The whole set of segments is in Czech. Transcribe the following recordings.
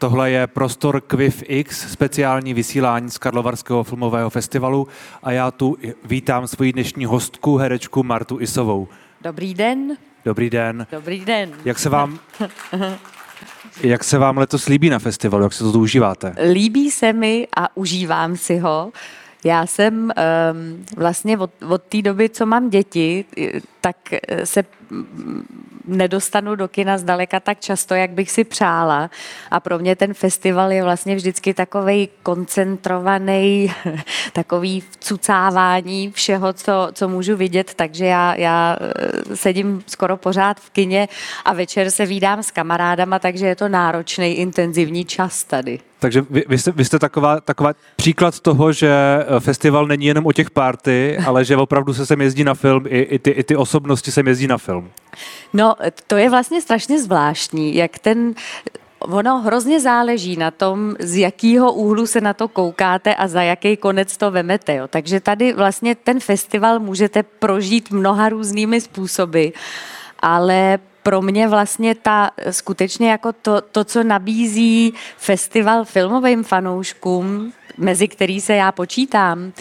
Tohle je Prostor Kviv X, speciální vysílání z Karlovarského filmového festivalu a já tu vítám svoji dnešní hostku, herečku Martu Isovou. Dobrý den. Dobrý den. Dobrý den. Jak se vám letos líbí na festivalu, jak se to užíváte? Líbí se mi a užívám si ho. Já jsem vlastně od té doby, co mám děti, tak se nedostanu do kina zdaleka tak často, jak bych si přála. A pro mě ten festival je vlastně vždycky takovej koncentrovaný, takový vcucávání všeho, co můžu vidět. Takže já sedím skoro pořád v kině a večer se vídám s kamarádama, takže je to náročný, intenzivní čas tady. Takže vy jste taková příklad toho, že festival není jenom o těch party, ale že opravdu se sem jezdí na film, i ty osobnosti sem jezdí na film. No, to je vlastně strašně zvláštní, ono hrozně záleží na tom, z jakého úhlu se na to koukáte a za jaký konec to vemete. Jo. Takže tady vlastně ten festival můžete prožít mnoha různými způsoby, ale pro mě vlastně skutečně jako to, co nabízí festival filmovým fanouškům, mezi který se já počítám,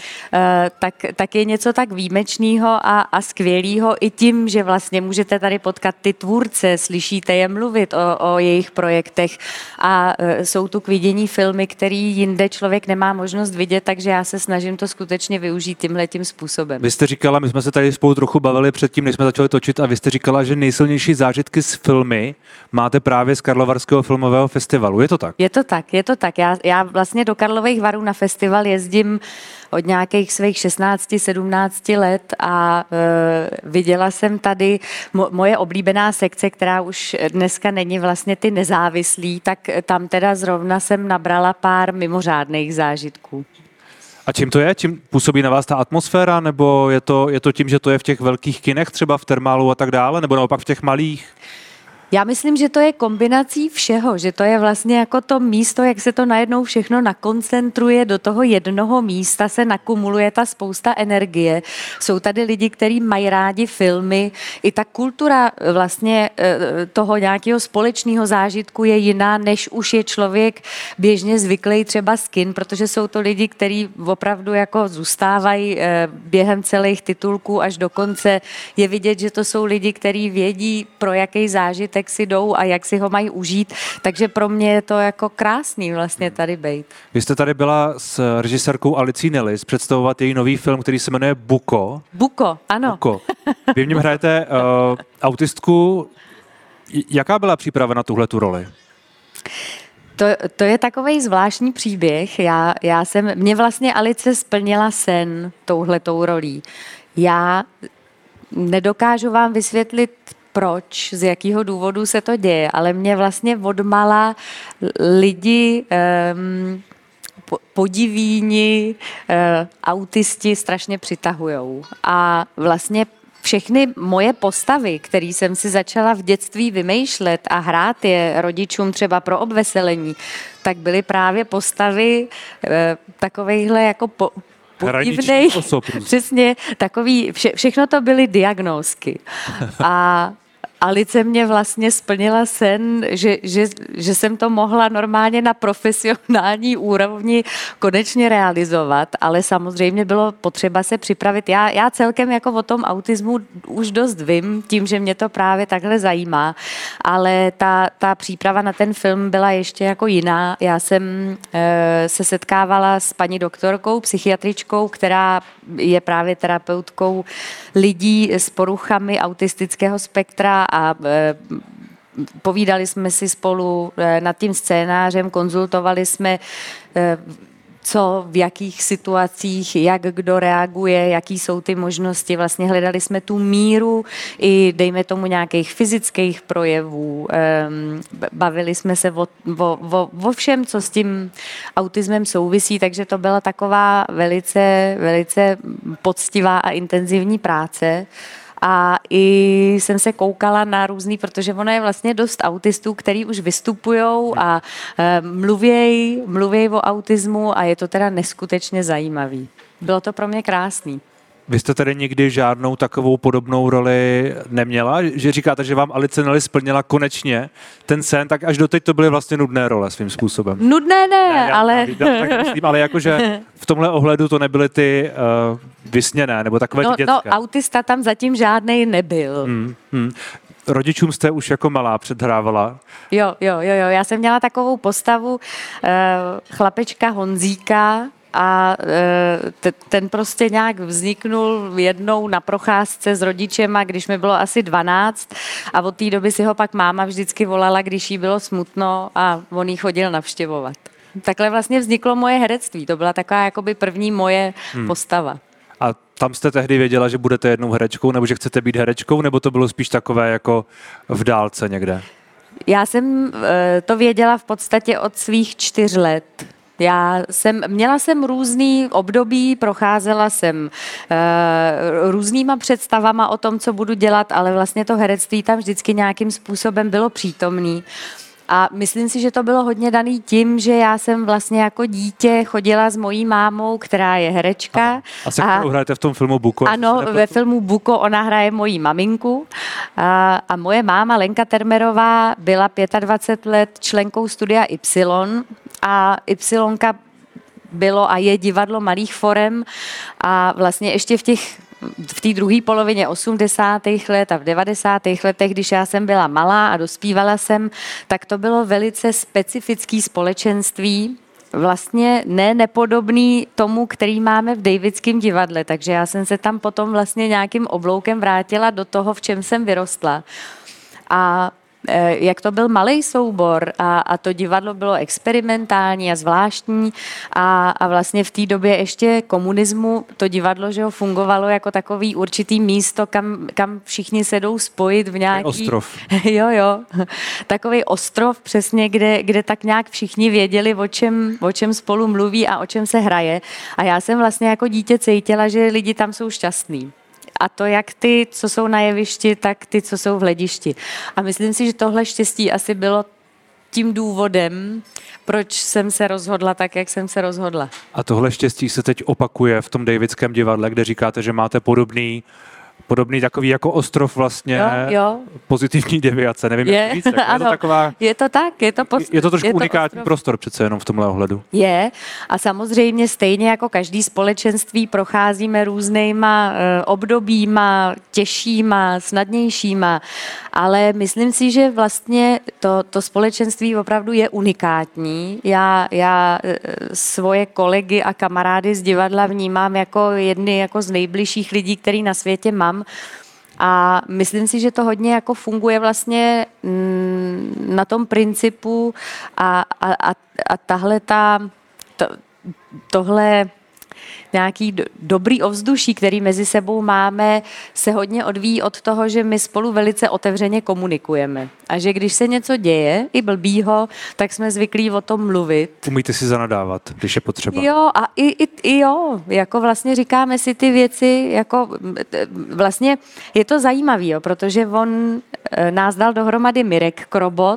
tak je něco tak výjimečného a skvělého i tím, že vlastně můžete tady potkat ty tvůrce, slyšíte je mluvit o jejich projektech a jsou tu k vidění filmy, který jinde člověk nemá možnost vidět, takže já se snažím to skutečně využít tímhletím způsobem. Vy jste říkala, my jsme se tady spolu trochu bavili předtím, než jsme začali točit, a vy jste říkala, že nejsilnější zážitky z filmy máte právě z Karlovarského filmového festivalu. Je to tak? Je to tak. Já vlastně do Karlových Varů na festival jezdím od nějakých svých 16-17 let a viděla jsem tady moje oblíbená sekce, která už dneska není vlastně ty nezávislí, tak tam teda zrovna jsem nabrala pár mimořádných zážitků. A čím to je? Čím působí na vás ta atmosféra? Nebo je to tím, že to je v těch velkých kinech, třeba v Thermalu a tak dále? Nebo naopak v těch malých? Já myslím, že to je kombinací všeho, že to je vlastně jako to místo, jak se to najednou všechno nakoncentruje do toho jednoho místa, se nakumuluje ta spousta energie. Jsou tady lidi, kteří mají rádi filmy. I ta kultura vlastně toho nějakého společného zážitku je jiná, než už je člověk běžně zvyklý třeba z kin, protože jsou to lidi, kteří opravdu jako zůstávají během celých titulků až do konce. Je vidět, že to jsou lidi, kteří vědí, pro jaký zážitek si jdou a jak si ho mají užít, takže pro mě je to jako krásný vlastně tady bejt. Vy jste tady byla s režisérkou Alicí Nellis představovat její nový film, který se jmenuje Buko. Buko, ano. Buko. Vy v něm hrajete autistku. Jaká byla příprava na tuhletu roli? To je takovej zvláštní příběh. Mě vlastně Alice splnila sen touhletou rolí. Já nedokážu vám vysvětlit, proč, z jakého důvodu se to děje, ale mě vlastně odmala lidi, podivíni, autisti strašně přitahujou. A vlastně všechny moje postavy, které jsem si začala v dětství vymýšlet a hrát je rodičům třeba pro obveselení, tak byly právě postavy takovejhle jako podivnej, přesně takový, všechno to byly diagnózky. A Alice mě vlastně splnila sen, že jsem to mohla normálně na profesionální úrovni konečně realizovat, ale samozřejmě bylo potřeba se připravit. Já celkem jako o tom autismu už dost vím, tím, že mě to právě takhle zajímá, ale ta příprava na ten film byla ještě jako jiná. Já jsem se setkávala s paní doktorkou, psychiatričkou, která je právě terapeutkou lidí s poruchami autistického spektra a povídali jsme si spolu nad tím scénářem, konzultovali jsme, v jakých situacích, jak kdo reaguje, jaký jsou ty možnosti. Vlastně hledali jsme tu míru i dejme tomu nějakých fyzických projevů. Bavili jsme se o všem, co s tím autismem souvisí, takže to byla taková velice, velice poctivá a intenzivní práce. A i jsem se koukala na různý, protože ono je vlastně dost autistů, který už vystupujou a mluvěj o autismu a je to teda neskutečně zajímavý. Bylo to pro mě krásný. Vy jste tady nikdy žádnou takovou podobnou roli neměla? Že říkáte, že vám Alice Nelly splnila konečně ten sen, tak až doteď to byly vlastně nudné role svým způsobem. Nudné ne, ale... Tak myslím, ale jakože v tomhle ohledu to nebyly ty vysněné, nebo takové ty dětské. No, autista tam zatím žádnej nebyl. Rodičům jste už jako malá předhrávala. Jo. Já jsem měla takovou postavu chlapečka Honzíka, a ten prostě nějak vzniknul jednou na procházce s rodičema, když mi bylo asi 12 a od té doby si ho pak máma vždycky volala, když jí bylo smutno a on jí chodil navštěvovat. Takhle vlastně vzniklo moje herectví. To byla taková jakoby první moje postava. A tam jste tehdy věděla, že budete jednou herečkou, nebo že chcete být herečkou, nebo to bylo spíš takové jako v dálce někde? Já jsem to věděla v podstatě od svých 4 let. Měla jsem různý období, procházela jsem různýma představama o tom, co budu dělat, ale vlastně to herectví tam vždycky nějakým způsobem bylo přítomný. A myslím si, že to bylo hodně daný tím, že já jsem vlastně jako dítě chodila s mojí mámou, která je herečka. A se kterou hrajete v tom filmu Buko? Ano, ve filmu Buko ona hraje mojí maminku. A moje máma Lenka Termerová byla 25 let členkou studia Y a Ypsilonka bylo a je divadlo malých forem a vlastně ještě v té druhé polovině 80. let a v 90. letech, když já jsem byla malá a dospívala jsem, tak to bylo velice specifický společenství, vlastně nepodobný tomu, který máme v Davidském divadle, takže já jsem se tam potom vlastně nějakým obloukem vrátila do toho, v čem jsem vyrostla. A jak to byl malej soubor a to divadlo bylo experimentální a zvláštní a vlastně v té době ještě komunismu to divadlo, že ho fungovalo jako takový určitý místo, kam všichni se jdou spojit v nějaký... Ostrov. Jo. Takový ostrov přesně, kde tak nějak všichni věděli, o čem spolu mluví a o čem se hraje. A já jsem vlastně jako dítě cítila, že lidi tam jsou šťastní. A to jak ty, co jsou na jevišti, tak ty, co jsou v hledišti. A myslím si, že tohle štěstí asi bylo tím důvodem, proč jsem se rozhodla tak, jak jsem se rozhodla. A tohle štěstí se teď opakuje v tom Davidském divadle, kde říkáte, že máte podobný takový jako ostrov vlastně, jo. Pozitivní deviace, nevím, jak víc. Ano, je to tak. Je to trošku unikátní prostor přece jenom v tomhle ohledu. Je a samozřejmě stejně jako každý společenství procházíme různýma obdobíma, těžšíma, snadnějšíma, ale myslím si, že vlastně to společenství opravdu je unikátní. Já svoje kolegy a kamarády z divadla vnímám jako jedny jako z nejbližších lidí, který na světě mám. A myslím si, že to hodně jako funguje vlastně na tom principu a tohle nějaký dobrý ovzduší, který mezi sebou máme, se hodně odvíjí od toho, že my spolu velice otevřeně komunikujeme. A že když se něco děje, i blbýho, tak jsme zvyklí o tom mluvit. Umíte si zanadávat, když je potřeba. Jo, a i jo, jako vlastně říkáme si ty věci, jako vlastně je to zajímavý, jo, protože on nás dal dohromady Mirek Krobot.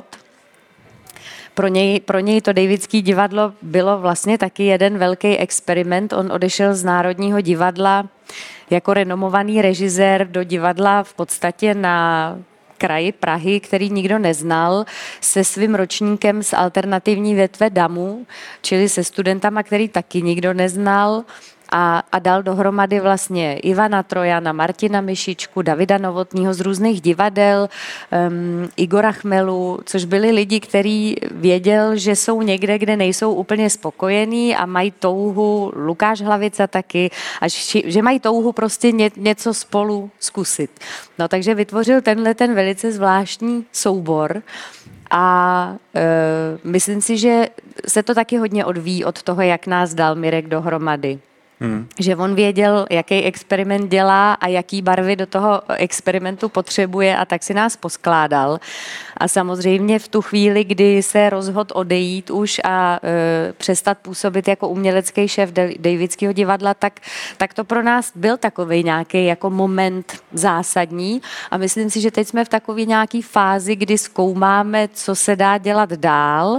Pro něj to Davidské divadlo bylo vlastně taky jeden velký experiment. On odešel z Národního divadla jako renomovaný režisér do divadla v podstatě na kraji Prahy, který nikdo neznal, se svým ročníkem z alternativní větve DAMu, čili se studentama, který taky nikdo neznal. A dal dohromady vlastně Ivana Trojana, Martina Myšičku, Davida Novotního z různých divadel, Igora Chmelu, což byli lidi, kteří věděl, že jsou někde, kde nejsou úplně spokojení a mají touhu, Lukáš Hlavica taky, a že mají touhu prostě něco spolu zkusit. No takže vytvořil ten velice zvláštní soubor. A myslím si, že se to taky hodně odvíjí od toho, jak nás dal Mirek dohromady. Že on věděl, jaký experiment dělá a jaký barvy do toho experimentu potřebuje a tak si nás poskládal. A samozřejmě v tu chvíli, kdy se rozhodl odejít už a přestat působit jako umělecký šéf Davidského divadla, tak to pro nás byl takovej nějaký jako moment zásadní a myslím si, že teď jsme v takové nějaké fázi, kdy zkoumáme, co se dá dělat dál.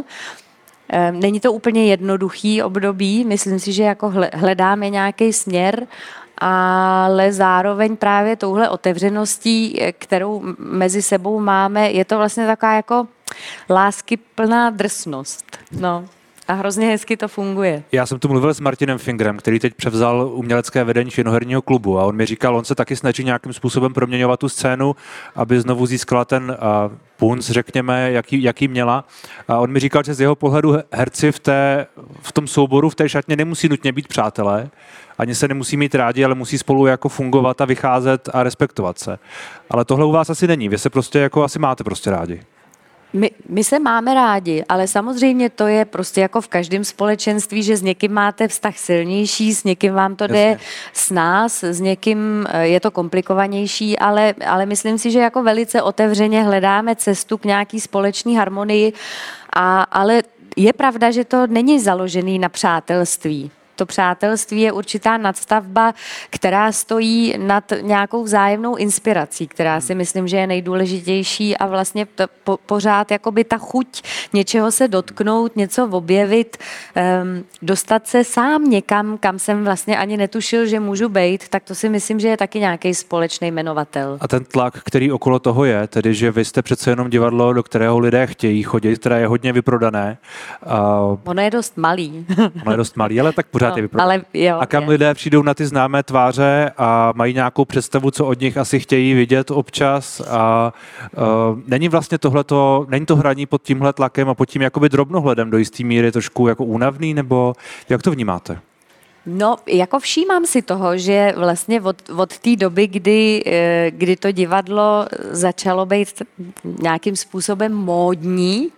Není to úplně jednoduchý období, myslím si, že jako hledáme nějaký směr ale zároveň právě touhle otevřeností, kterou mezi sebou máme, je to vlastně taková jako láskyplná drsnost. No. A hrozně hezky to funguje. Já jsem tu mluvil s Martinem Fingrem, který teď převzal umělecké vedení Činoherního klubu a on mi říkal, on se taky snaží nějakým způsobem proměňovat tu scénu, aby znovu získala ten punc, řekněme, jaký měla. A on mi říkal, že z jeho pohledu herci v tom souboru, v té šatně nemusí nutně být přátelé, ani se nemusí mít rádi, ale musí spolu jako fungovat a vycházet a respektovat se. Ale tohle u vás asi není, vy se prostě jako asi máte prostě rádi. My se máme rádi, ale samozřejmě to je prostě jako v každém společenství, že s někým máte vztah silnější, s někým vám to jde s nás, s někým je to komplikovanější, ale myslím si, že jako velice otevřeně hledáme cestu k nějaký společný harmonii, ale je pravda, že to není založený na přátelství. To přátelství je určitá nadstavba, která stojí nad nějakou vzájemnou inspirací, která si myslím, že je nejdůležitější a vlastně pořád jakoby ta chuť něčeho se dotknout, něco objevit, dostat se sám někam, kam jsem vlastně ani netušil, že můžu bejt, tak to si myslím, že je taky nějaký společný jmenovatel. A ten tlak, který okolo toho je, tedy že vy jste přece jenom divadlo, do kterého lidé chtějí chodit, které je hodně vyprodané. Ono je dost malý. Ono je dost malý, ale tak pořád ale jo, a kam lidé přijdou na ty známé tváře a mají nějakou představu, co od nich asi chtějí vidět občas a není vlastně tohleto, není to hraní pod tímhle tlakem a pod tím jakoby drobnohledem do jistý míry trošku jako únavný, nebo jak to vnímáte? No, jako všímám si toho, že vlastně od té doby, kdy to divadlo začalo být nějakým způsobem módní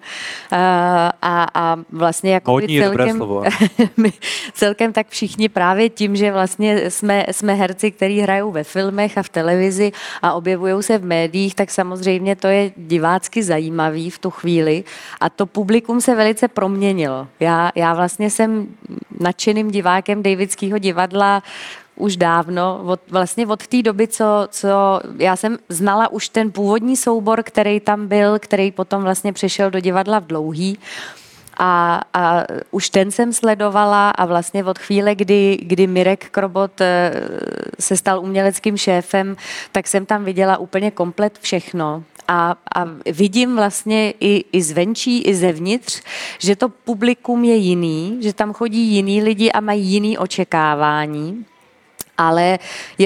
a vlastně jako módní je dobré slovo. celkem tak všichni právě tím, že vlastně jsme herci, kteří hrajou ve filmech a v televizi a objevují se v médiích, tak samozřejmě to je divácky zajímavý v tu chvíli a to publikum se velice proměnilo. Já vlastně jsem nadšeným divákem Davidského divadla už dávno, vlastně od té doby, co já jsem znala už ten původní soubor, který tam byl, který potom vlastně přešel do divadla v Dlouhý a už ten jsem sledovala a vlastně od chvíle, kdy Mirek Krobot se stal uměleckým šéfem, tak jsem tam viděla úplně komplet všechno. A vidím vlastně i zvenčí, i zevnitř, že to publikum je jiný, že tam chodí jiný lidi a mají jiný očekávání, ale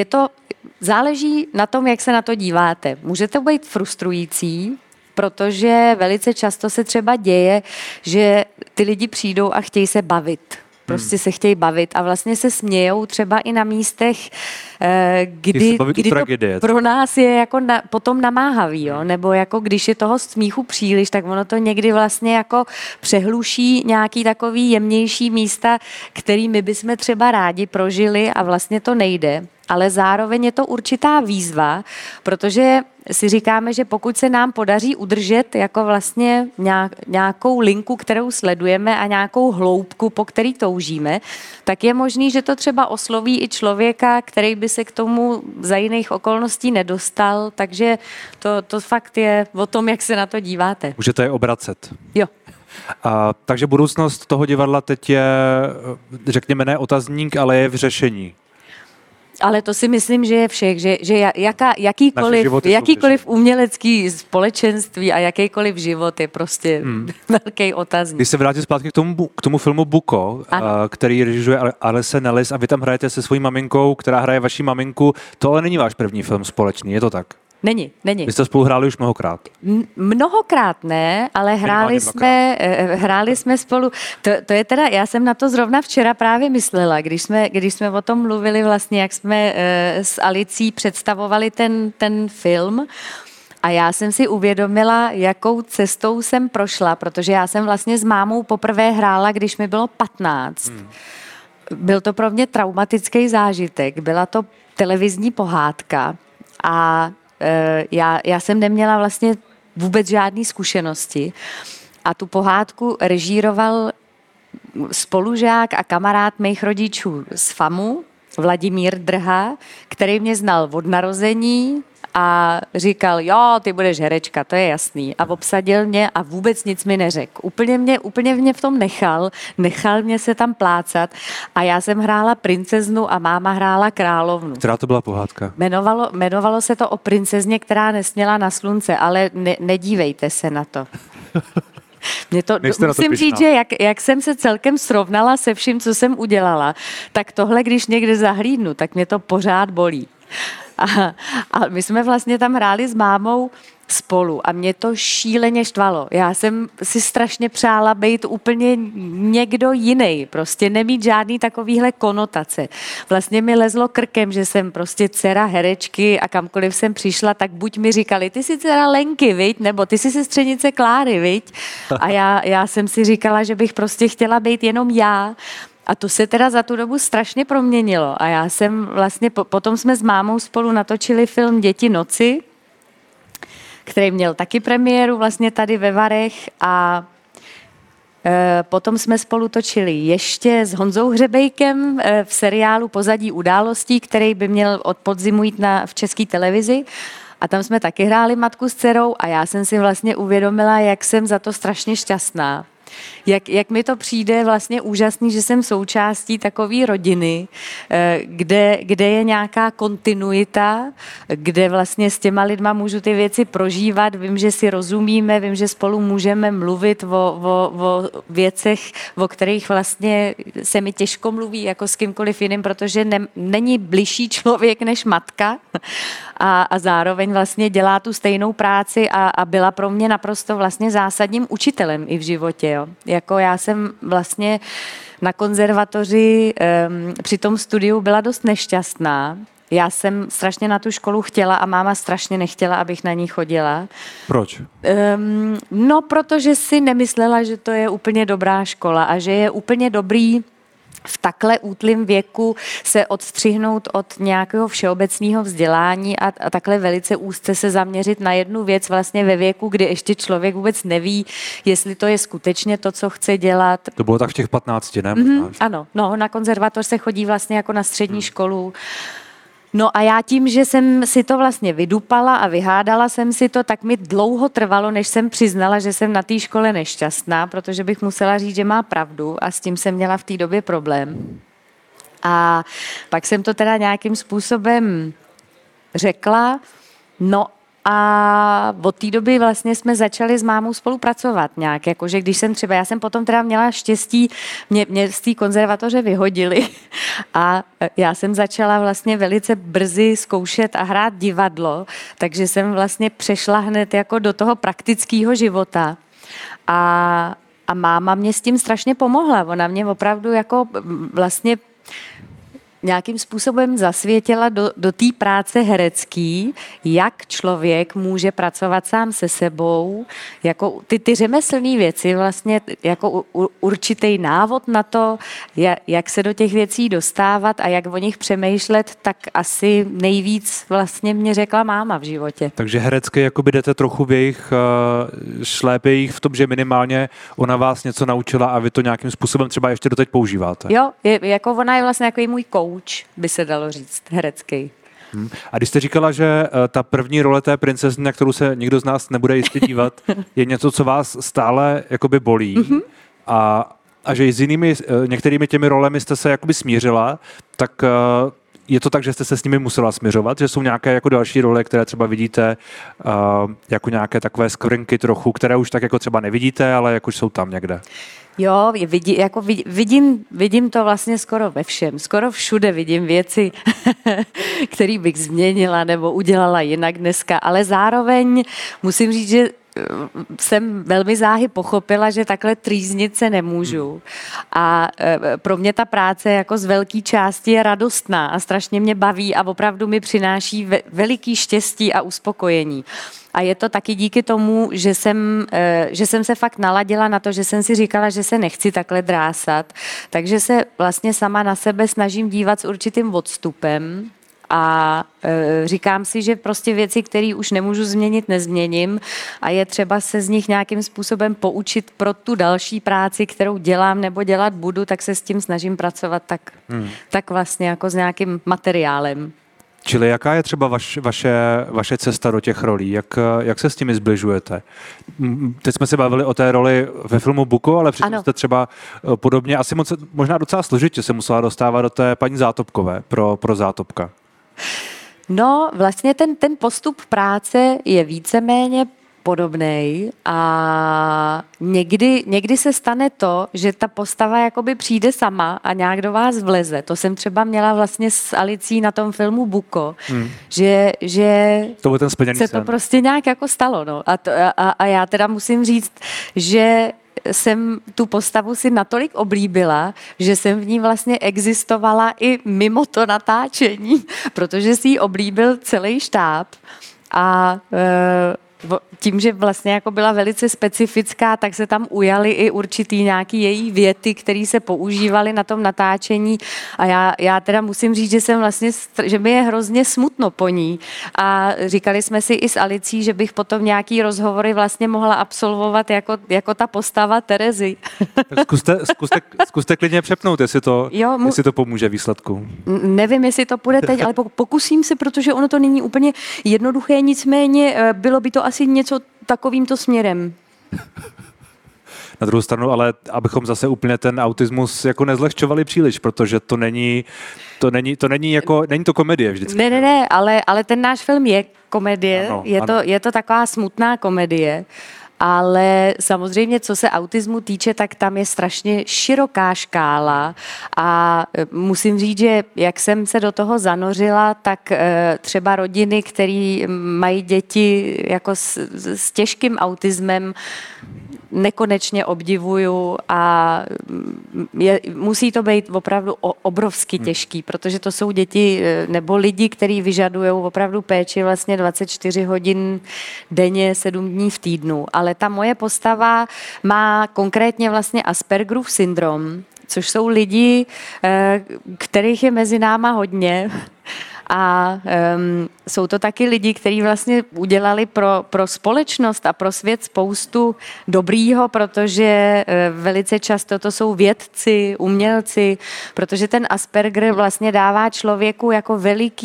záleží na tom, jak se na to díváte. Může to být frustrující, protože velice často se třeba děje, že ty lidi přijdou a chtějí se bavit. Prostě se chtějí bavit a vlastně se smějou třeba i na místech, kdy to pro nás je jako potom namáhavý, jo? Nebo jako když je toho smíchu příliš, tak ono to někdy vlastně jako přehluší nějaký takový jemnější místa, který my bychom třeba rádi prožili a vlastně to nejde. Ale zároveň je to určitá výzva, protože si říkáme, že pokud se nám podaří udržet jako vlastně nějakou linku, kterou sledujeme a nějakou hloubku, po který toužíme, tak je možný, že to třeba osloví i člověka, který by se k tomu za jiných okolností nedostal, takže to fakt je o tom, jak se na to díváte. Můžete je obracet. Jo. Takže budoucnost toho divadla teď je, řekněme, ne otazník, ale je v řešení. Ale to si myslím, že je všech, že jakýkoliv umělecký společenství a jakýkoliv život je prostě velký otazník. Když se vrátím zpátky k tomu filmu Buko, který režisuje Alice Nellis a vy tam hrajete se svojí maminkou, která hraje vaši maminku, to ale není váš první film společný, je to tak? Není. Vy jste spolu hráli už mnohokrát. Mnohokrát ne, ale hráli jsme spolu. To je teda, já jsem na to zrovna včera právě myslela, když jsme o tom mluvili vlastně, jak jsme s Alicí představovali ten film. A já jsem si uvědomila, jakou cestou jsem prošla, protože já jsem vlastně s mámou poprvé hrála, když mi bylo 15. Byl to pro mě traumatický zážitek, byla to televizní pohádka a já jsem neměla vlastně vůbec žádné zkušenosti a tu pohádku režíroval spolužák a kamarád mých rodičů z FAMu Vladimír Drha, který mě znal od narození a říkal, jo, ty budeš herečka, to je jasný. A obsadil mě a vůbec nic mi neřekl. Úplně mě v tom nechal mě se tam plácat a já jsem hrála princeznu a máma hrála královnu. Která to byla pohádka? Jmenovalo se to o princezně, která nesměla na slunce, ale nedívejte se na to. Musím říct, že jak jsem se celkem srovnala se vším, co jsem udělala, tak tohle, když někde zahlídnu, tak mě to pořád bolí. A my jsme vlastně tam hráli s mámou spolu a mě to šíleně štvalo. Já jsem si strašně přála být úplně někdo jiný, prostě nemít žádný takovýhle konotace. Vlastně mi lezlo krkem, že jsem prostě dcera herečky a kamkoliv jsem přišla, tak buď mi říkali, ty jsi dcera Lenky, viď? Nebo ty jsi sestřenice Kláry, viď? A já jsem si říkala, že bych prostě chtěla být jenom já. A to se teda za tu dobu strašně proměnilo. A já jsem vlastně, potom jsme s mámou spolu natočili film Děti noci, který měl taky premiéru vlastně tady ve Varech a potom jsme spolu točili ještě s Honzou Hřebejkem v seriálu Pozadí událostí, který by měl od podzimu jít v České televizi. A tam jsme taky hráli matku s dcerou a já jsem si vlastně uvědomila, jak jsem za to strašně šťastná. Jak mi to přijde vlastně úžasný, že jsem součástí takové rodiny, kde je nějaká kontinuita, kde vlastně s těma lidma můžu ty věci prožívat, vím, že si rozumíme, vím, že spolu můžeme mluvit o věcech, o kterých vlastně se mi těžko mluví jako s kýmkoliv jiným, protože není bližší člověk než matka a zároveň vlastně dělá tu stejnou práci a byla pro mě naprosto vlastně zásadním učitelem i v životě. Jo. Jako já jsem vlastně na konzervatoři při tom studiu byla dost nešťastná. Já jsem strašně na tu školu chtěla a máma strašně nechtěla, abych na ní chodila. Proč? No, protože si nemyslela, že to je úplně dobrá škola a že je úplně dobrý v takhle útlým věku se odstřihnout od nějakého všeobecného vzdělání a takhle velice úzce se zaměřit na jednu věc vlastně ve věku, kdy ještě člověk vůbec neví, jestli to je skutečně to, co chce dělat. To bylo tak v těch 15, ne? Ano, no, na konzervatoř se chodí vlastně jako na střední školu. No a já tím, že jsem si to vlastně vydupala a vyhádala jsem si to, tak mi dlouho trvalo, než jsem přiznala, že jsem na té škole nešťastná, protože bych musela říct, že má pravdu a s tím jsem měla v té době problém. A pak jsem to teda nějakým způsobem řekla, no a od té doby vlastně jsme začali s mámou spolupracovat nějak, jakože když jsem třeba, já jsem potom teda měla štěstí, mě z té konzervatoře vyhodili a já jsem začala vlastně velice brzy zkoušet a hrát divadlo, takže jsem vlastně přešla hned jako do toho praktického života a máma mě s tím strašně pomohla, ona mě opravdu jako vlastně nějakým způsobem zasvětila do té práce herecký, jak člověk může pracovat sám se sebou, jako ty řemeslné věci, vlastně jako určitý návod na to, jak se do těch věcí dostávat a jak o nich přemýšlet, tak asi nejvíc vlastně mě řekla máma v životě. Takže herecky jakoby jdete trochu v jejich šlépějích v tom, že minimálně ona vás něco naučila a vy to nějakým způsobem třeba ještě doteď používáte. Jo, jako ona je vlastně jako můj coach, by se dalo říct, herecký. A když jste říkala, že ta první role té princezny, na kterou se nikdo z nás nebude jistě dívat, je něco, co vás stále jakoby bolí a že s jinými, některými těmi rolemi jste se jakoby smířila, tak je to tak, že jste se s nimi musela směřovat, že jsou nějaké jako další role, které třeba vidíte jako nějaké takové skvrnky trochu, které už tak jako třeba nevidíte, ale jako jsou tam někde. Jo, vidím to vlastně skoro ve všem. Skoro všude vidím věci, které bych změnila nebo udělala jinak dneska, ale zároveň musím říct, že jsem velmi záhy pochopila, že takhle trýznit se nemůžu. A pro mě ta práce jako z velké části je radostná a strašně mě baví a opravdu mi přináší veliký štěstí a uspokojení. A je to taky díky tomu, že jsem se fakt naladila na to, že jsem si říkala, že se nechci takhle drásat. Takže se vlastně sama na sebe snažím dívat s určitým odstupem A říkám si, že prostě věci, které už nemůžu změnit, nezměním a je třeba se z nich nějakým způsobem poučit pro tu další práci, kterou dělám nebo dělat budu, tak se s tím snažím pracovat tak vlastně jako s nějakým materiálem. Čili jaká je třeba vaše cesta do těch rolí? Jak se s nimi zbližujete? Teď jsme se bavili o té roli ve filmu Buko, ale přitom jste třeba podobně, asi možná docela složitě se musela dostávat do té paní Zátopkové pro Zátopka. No, vlastně ten postup práce je víceméně podobnej a někdy se stane to, že ta postava jakoby přijde sama a nějak do vás vleze. To jsem třeba měla vlastně s Alicí na tom filmu Buko, že to byl ten splněný se sen. to prostě nějak jako stalo. No. A já teda musím říct, že jsem tu postavu si natolik oblíbila, že jsem v ní vlastně existovala i mimo to natáčení, protože si ji oblíbil celý štáb a tím, že vlastně jako byla velice specifická, tak se tam ujaly i určitý nějaký její věty, které se používaly na tom natáčení a já teda musím říct, že jsem vlastně, že mi je hrozně smutno po ní a říkali jsme si i s Alicí, že bych potom nějaký rozhovory vlastně mohla absolvovat jako ta postava Terezy. Zkuste klidně přepnout, jestli to pomůže výsledku. Nevím, jestli to půjde teď, ale pokusím se, protože ono to není úplně jednoduché, nicméně bylo by to asi něco takovýmto směrem. Na druhou stranu, ale abychom zase úplně ten autismus jako nezlehčovali příliš, protože není to komedie vždycky. Ne, ale ten náš film je komedie, ano, je to taková smutná komedie, ale samozřejmě, co se autismu týče, tak tam je strašně široká škála a musím říct, že jak jsem se do toho zanořila, tak třeba rodiny, které mají děti jako s těžkým autismem, nekonečně obdivuju a musí to být opravdu obrovsky těžký, protože to jsou děti nebo lidi, kteří vyžadují opravdu péči vlastně 24 hodin denně, 7 dní v týdnu. Ale ta moje postava má konkrétně vlastně Aspergerův syndrom, což jsou lidi, kterých je mezi náma hodně. A jsou to taky lidi, kteří vlastně udělali pro společnost a pro svět spoustu dobrýho, protože velice často to jsou vědci, umělci, protože ten Asperger vlastně dává člověku jako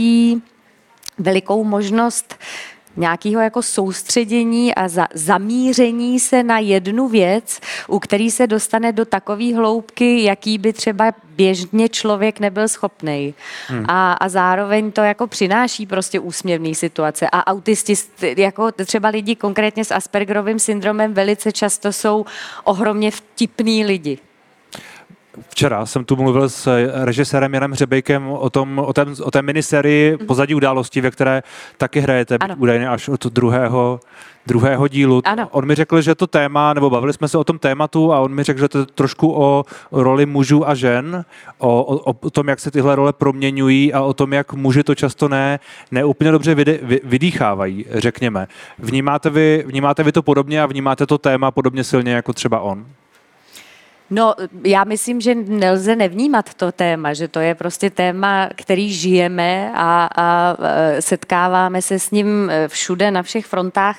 velikou možnost nějakého jako soustředění a zamíření se na jednu věc, u který se dostane do takové hloubky, jaký by třeba běžně člověk nebyl schopnej. A zároveň to jako přináší prostě úsměvné situace. A autisti, jako třeba lidi konkrétně s Aspergerovým syndromem, velice často jsou ohromně vtipný lidi. Včera jsem tu mluvil s režisérem Janem Hřebejkem o té minisérii Pozadí událostí, ve které taky hrajete údajně až od druhého dílu. Ano. On mi řekl, že to téma, nebo bavili jsme se o tom tématu a on mi řekl, že to je trošku o roli mužů a žen, o tom, jak se tyhle role proměňují a o tom, jak muži to často ne úplně dobře vydýchávají, řekněme. Vnímáte vy to podobně a vnímáte to téma podobně silně jako třeba on? No, já myslím, že nelze nevnímat to téma, že to je prostě téma, který žijeme a setkáváme se s ním všude, na všech frontách.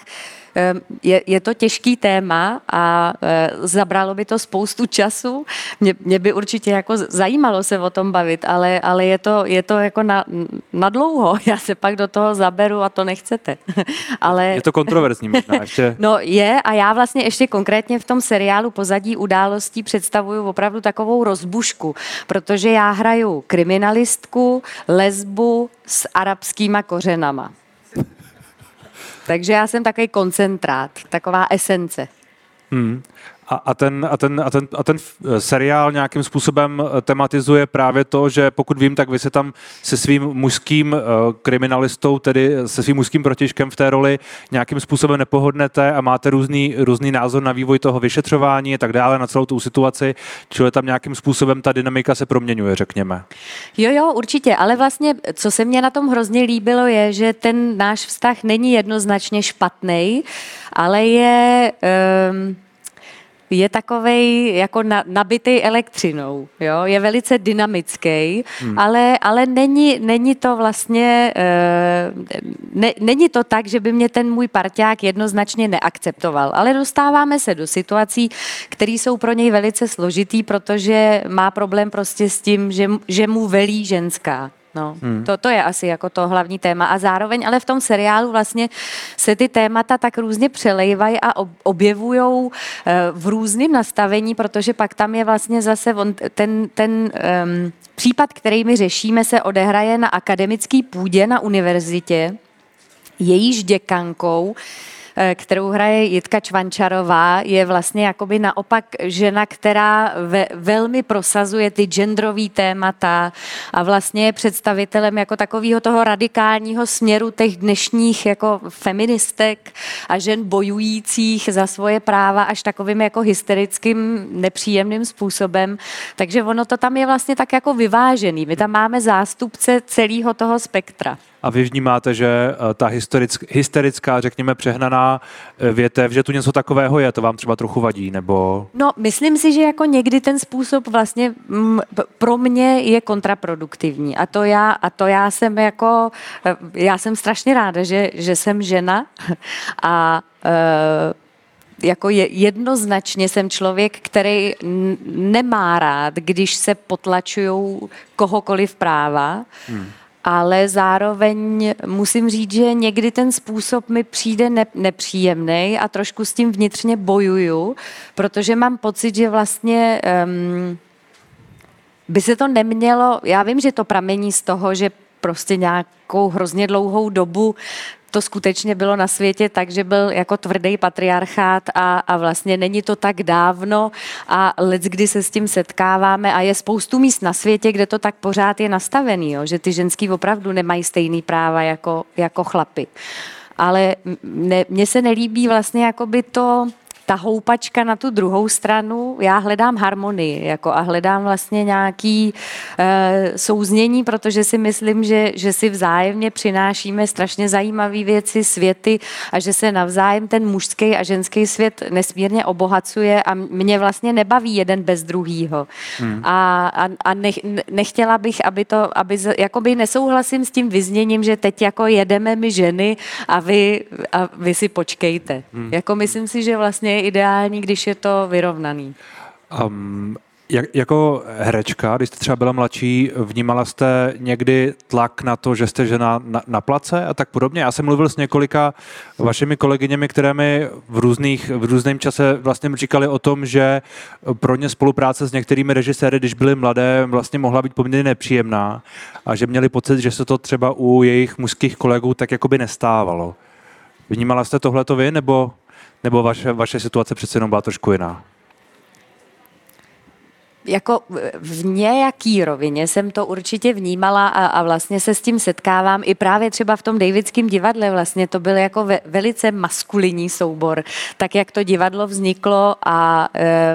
Je to těžký téma a zabralo by to spoustu času. Mě by určitě jako zajímalo se o tom bavit, ale je to jako na dlouho. Já se pak do toho zaberu a to nechcete. Ale je to kontroverzní možná ještě. No je a já vlastně ještě konkrétně v tom seriálu Pozadí událostí představuju opravdu takovou rozbušku, protože já hraju kriminalistku, lesbu s arabskýma kořenama. Takže já jsem takový koncentrát, taková esence. A ten seriál nějakým způsobem tematizuje právě to, že pokud vím, tak vy se tam se svým mužským kriminalistou, tedy se svým mužským protějškem v té roli nějakým způsobem nepohodnete a máte různý názor na vývoj toho vyšetřování a tak dále, na celou tu situaci, čili tam nějakým způsobem ta dynamika se proměňuje, řekněme. Jo, určitě, ale vlastně, co se mně na tom hrozně líbilo, je, že ten náš vztah není jednoznačně špatnej, ale je je takovej jako nabitý elektřinou, jo? Je velice dynamický, ale není to vlastně, není to tak, že by mě ten můj parťák jednoznačně neakceptoval, ale dostáváme se do situací, které jsou pro něj velice složitý, protože má problém prostě s tím, že mu velí ženská. No, to je asi jako to hlavní téma a zároveň, ale v tom seriálu vlastně se ty témata tak různě přelejvají a objevujou v různém nastavení, protože pak tam je vlastně zase ten případ, který my řešíme, se odehraje na akademické půdě na univerzitě. Jejíž děkankou, kterou hraje Jitka Čvančarová, je vlastně jakoby naopak žena, která velmi prosazuje ty genderový témata a vlastně je představitelem jako takového toho radikálního směru těch dnešních jako feministek a žen bojujících za svoje práva až takovým jako hysterickým, nepříjemným způsobem. Takže ono to tam je vlastně tak jako vyvážený. My tam máme zástupce celého toho spektra. A vy vnímáte, že ta hysterická, řekněme, přehnaná větev, že tu něco takového je, to vám třeba trochu vadí, nebo... No, myslím si, že jako někdy ten způsob vlastně pro mě je kontraproduktivní. A to já jsem jako, já jsem strašně ráda, že jsem žena a jako jednoznačně jsem člověk, který nemá rád, když se potlačujou kohokoliv práva, ale zároveň musím říct, že někdy ten způsob mi přijde nepříjemný a trošku s tím vnitřně bojuju, protože mám pocit, že vlastně by se to nemělo, já vím, že to pramení z toho, že prostě nějakou hrozně dlouhou dobu to skutečně bylo na světě tak, že byl jako tvrdý patriarchát a vlastně není to tak dávno a leckdy se s tím setkáváme a je spoustu míst na světě, kde to tak pořád je nastavený, jo, že ty ženský opravdu nemají stejný práva jako chlapy. Ale mně se nelíbí vlastně jakoby ta houpačka na tu druhou stranu, já hledám harmonii jako a hledám vlastně nějaký souznění, protože si myslím, že si vzájemně přinášíme strašně zajímavé věci, světy a že se navzájem ten mužský a ženský svět nesmírně obohacuje a mě vlastně nebaví jeden bez druhýho. A nechtěla bych, jakoby nesouhlasím s tím vyzněním, že teď jako jedeme my ženy a vy si počkejte. Jako myslím si, že vlastně ideální, když je to vyrovnaný. Jako herečka, když jste třeba byla mladší, vnímala jste někdy tlak na to, že jste žena na place a tak podobně? Já jsem mluvil s několika vašimi kolegyněmi, které mi v různém čase vlastně říkali o tom, že pro ně spolupráce s některými režiséry, když byly mladé, vlastně mohla být poměrně nepříjemná a že měli pocit, že se to třeba u jejich mužských kolegů tak jakoby nestávalo. Vnímala jste tohleto vy, nebo vaše situace přece jenom byla trošku jiná? Jako v nějaký rovině jsem to určitě vnímala a vlastně se s tím setkávám i právě třeba v tom Davidském divadle vlastně to byl jako velice maskulinní soubor, tak jak to divadlo vzniklo a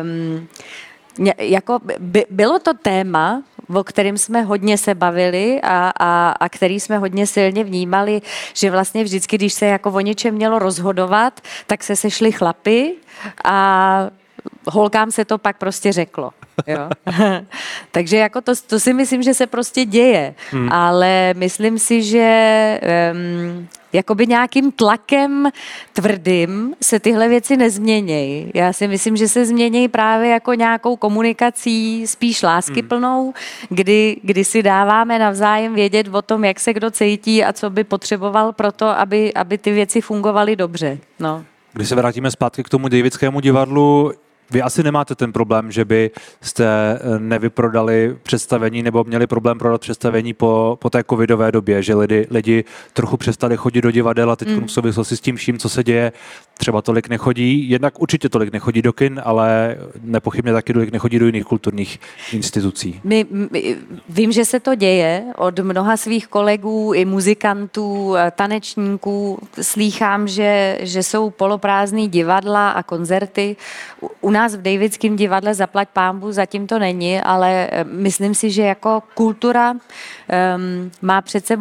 jako bylo to téma, o kterém jsme hodně se bavili a který jsme hodně silně vnímali, že vlastně vždycky, když se jako o něčem mělo rozhodovat, tak se sešli chlapi a holkám se to pak prostě řeklo. Jo? Takže jako to si myslím, že se prostě děje, ale myslím si, že jakoby nějakým tlakem tvrdým se tyhle věci nezměnějí. Já si myslím, že se změní právě jako nějakou komunikací spíš láskyplnou, kdy si dáváme navzájem vědět o tom, jak se kdo cítí a co by potřeboval pro to, aby ty věci fungovaly dobře. No. Když se vrátíme zpátky k tomu Davidskému divadlu, vy asi nemáte ten problém, že byste nevyprodali představení nebo měli problém prodat představení po té covidové době, že lidi trochu přestali chodit do divadel a teď v souvislosti s tím vším, co se děje, třeba tolik nechodí. Jednak určitě tolik nechodí do kin, ale nepochybně taky tolik nechodí do jiných kulturních institucí. Vím, že se to děje od mnoha svých kolegů, i muzikantů, tanečníků. Slýchám, že jsou poloprázdný divadla a koncerty. U nás v Davidském divadle zaplať pánbůh zatím to není, ale myslím si, že jako kultura má před sebou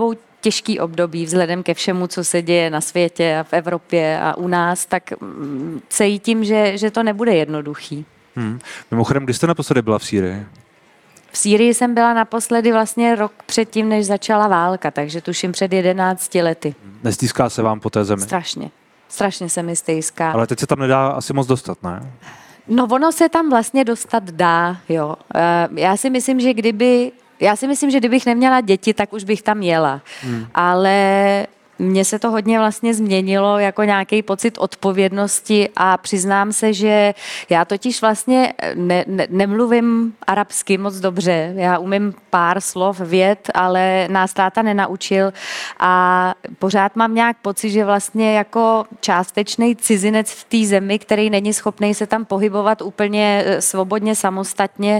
těžký období vzhledem ke všemu, co se děje na světě a v Evropě a u nás, tak cítím, že to nebude jednoduchý. Mimochodem, kdy jste naposledy byla v Sýrii? V Sýrii jsem byla naposledy vlastně rok předtím, než začala válka, takže tuším před 11 lety. Nestýská se vám po té zemi? Strašně se mi stýská. Ale teď se tam nedá asi moc dostat, ne? No ono se tam vlastně dostat dá, jo. Já si myslím, že kdybych neměla děti, tak už bych tam jela. Ale mně se to hodně vlastně změnilo jako nějaký pocit odpovědnosti a přiznám se, že já totiž vlastně nemluvím arabsky moc dobře. Já umím pár slov, vět, ale nás táta nenaučil a pořád mám nějak pocit, že vlastně jako částečný cizinec v té zemi, který není schopný se tam pohybovat úplně svobodně, samostatně,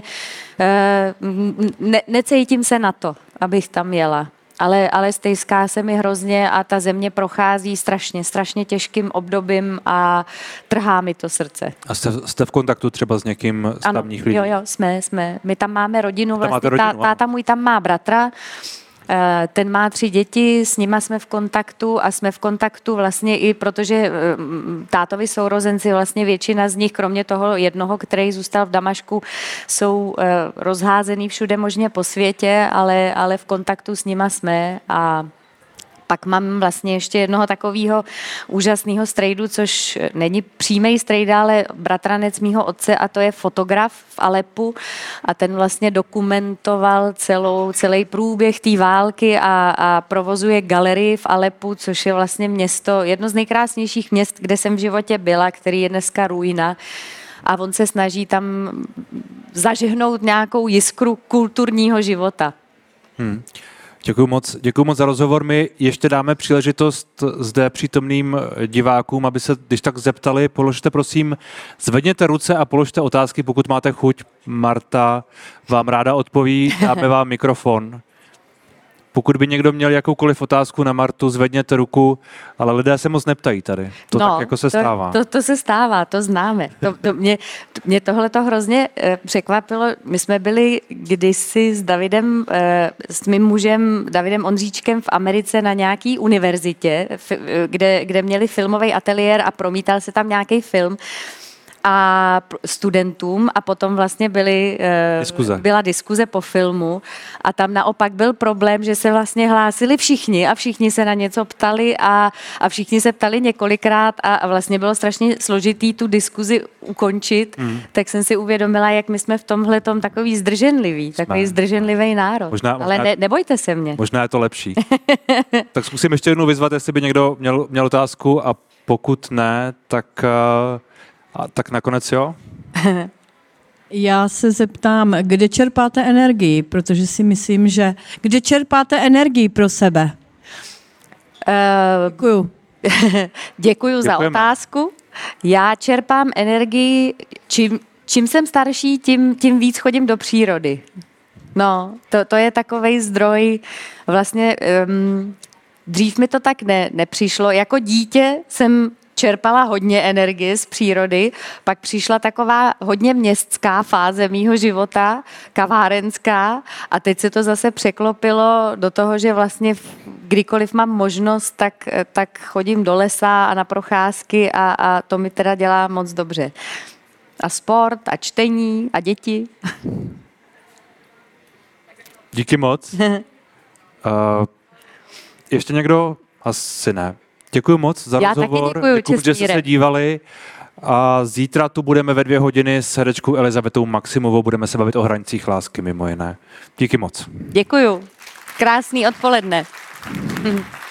necítím se na to, abych tam jela. Ale stejská se mi hrozně a ta země prochází strašně těžkým obdobím a trhá mi to srdce. A jste v kontaktu třeba s někým z tamních lidí? Jo, jsme. My tam máme rodinu, vlastně táta můj tam má bratra, ten má 3 děti, s nima jsme v kontaktu a jsme v kontaktu vlastně i protože tátovi sourozenci, vlastně většina z nich, kromě toho jednoho, který zůstal v Damašku, jsou rozházený všude možně po světě, ale v kontaktu s nima jsme a pak mám vlastně ještě jednoho takového úžasného strejdu, což není přímý strejda, ale bratranec mýho otce a to je fotograf v Alepu a ten vlastně dokumentoval celý průběh té války a provozuje galerii v Alepu, což je vlastně město, jedno z nejkrásnějších měst, kde jsem v životě byla, který je dneska ruina a on se snaží tam zažehnout nějakou jiskru kulturního života. Děkuju moc za rozhovor. My ještě dáme příležitost zde přítomným divákům, aby se, když tak zeptali, položte prosím, zvedněte ruce a položte otázky, pokud máte chuť. Marta vám ráda odpoví, dáme vám mikrofon. Pokud by někdo měl jakoukoliv otázku na Martu, zvedněte ruku, ale lidé se moc neptají tady. To tak jako se stává. To se stává, to známe. Mě tohle to hrozně překvapilo. My jsme byli kdysi s mým mužem Davidem Ondříčkem v Americe na nějaký univerzitě, kde měli filmový ateliér a promítal se tam nějaký film a studentům a potom vlastně byla diskuze po filmu a tam naopak byl problém, že se vlastně hlásili všichni a všichni se na něco ptali a všichni se ptali několikrát a vlastně bylo strašně složitý tu diskuzi ukončit, tak jsem si uvědomila, jak my jsme v tomhletom takový zdrženlivý národ. Ale nebojte se mě. Možná je to lepší. Tak zkusím ještě jednou vyzvat, jestli by někdo měl otázku a pokud ne, tak nakonec jo? Já se zeptám, kde čerpáte energii, protože si myslím, že... Kde čerpáte energii pro sebe? Děkuju. Děkuju za otázku. Já čerpám energii, čím jsem starší, tím víc chodím do přírody. No, to je takovej zdroj, vlastně dřív mi to tak nepřišlo. Jako dítě jsem čerpala hodně energie z přírody, pak přišla taková hodně městská fáze mýho života, kavárenská a teď se to zase překlopilo do toho, že vlastně kdykoliv mám možnost, tak chodím do lesa a na procházky a to mi teda dělá moc dobře. A sport, a čtení, a děti. Díky moc. Ještě někdo? Asi ne. Děkuji moc za rozhovor. Děkuji, že jste se dívali. A zítra tu budeme ve 2 hodiny s herečkou Elizabetou Maximovou. Budeme se bavit o hranicích lásky mimo jiné. Díky moc. Děkuju. Krásný odpoledne.